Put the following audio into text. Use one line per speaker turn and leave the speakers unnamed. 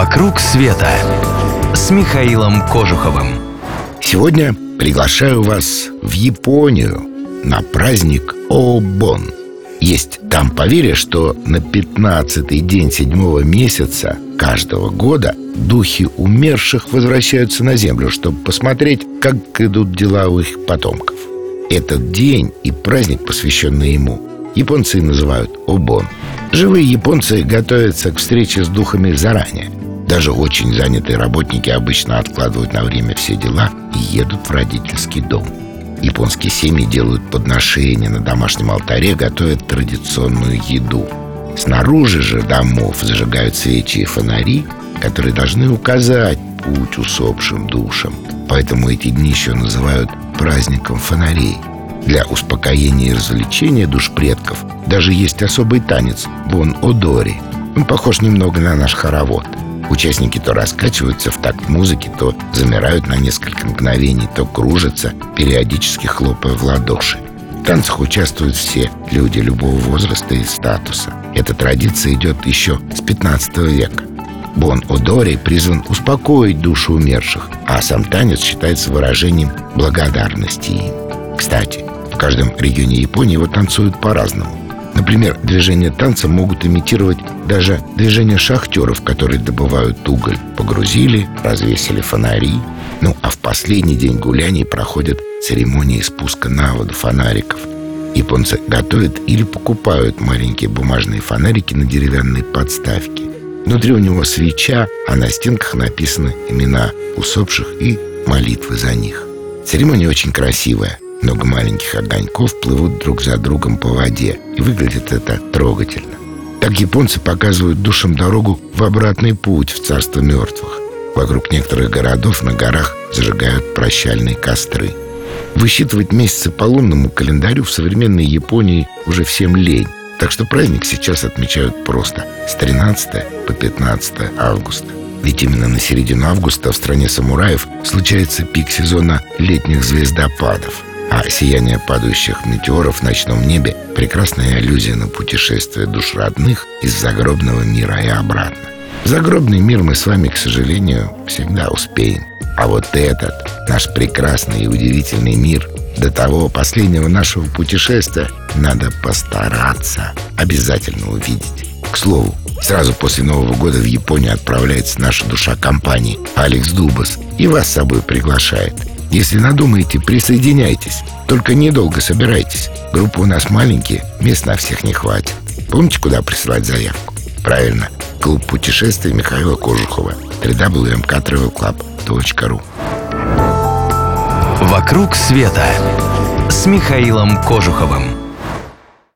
«Вокруг света» с Михаилом Кожуховым.
Сегодня приглашаю вас в Японию на праздник Обон. Есть там поверье, что на 15-й день 7-го месяца каждого года духи умерших возвращаются на землю, чтобы посмотреть, как идут дела у их потомков. Этот день и праздник, посвященный ему, японцы называют Обон. Живые японцы готовятся к встрече с духами заранее. Даже очень занятые работники обычно откладывают на время все дела и едут в родительский дом. Японские семьи делают подношения на домашнем алтаре, готовят традиционную еду. Снаружи же домов зажигают свечи и фонари, которые должны указать путь усопшим душам. Поэтому эти дни еще называют праздником фонарей. Для успокоения и развлечения душ предков даже есть особый танец бон-одори. Он похож немного на наш хоровод. Участники то раскачиваются в такт музыки, то замирают на несколько мгновений, то кружатся, периодически хлопая в ладоши. В танцах участвуют все люди любого возраста и статуса. Эта традиция идет еще с 15 века. Бон-одори призван успокоить душу умерших, а сам танец считается выражением благодарности им. Кстати, в каждом регионе Японии его танцуют по-разному. Например, движения танца могут имитировать даже движения шахтеров, которые добывают уголь. Погрузили, развесили фонари. А в последний день гуляний проходят церемонии спуска на воду фонариков. Японцы готовят или покупают маленькие бумажные фонарики на деревянной подставке. Внутри у него свеча, а на стенках написаны имена усопших и молитвы за них. Церемония очень красивая. Много маленьких огоньков плывут друг за другом по воде, и выглядит это трогательно. Так японцы показывают душам дорогу в обратный путь в царство мертвых. Вокруг некоторых городов на горах зажигают прощальные костры. Высчитывать месяцы по лунному календарю в современной Японии уже всем лень. Так что праздник сейчас отмечают просто с 13 по 15 августа. Ведь именно на середину августа в стране самураев случается пик сезона летних звездопадов. А сияние падающих метеоров в ночном небе – прекрасная аллюзия на путешествие душ родных из загробного мира и обратно. В загробный мир мы с вами, к сожалению, всегда успеем. А вот этот, наш прекрасный и удивительный мир, до того последнего нашего путешествия надо постараться обязательно увидеть. К слову, сразу после Нового года в Японию отправляется наша душа компании Алекс Дубас и вас с собой приглашает. Если надумаете, присоединяйтесь. Только недолго собирайтесь. Группы у нас маленькие, мест на всех не хватит. Помните, куда присылать заявку? Правильно, клуб путешествий Михаила Кожухова. www.mktravelclub.ru.
«Вокруг света» с Михаилом Кожуховым.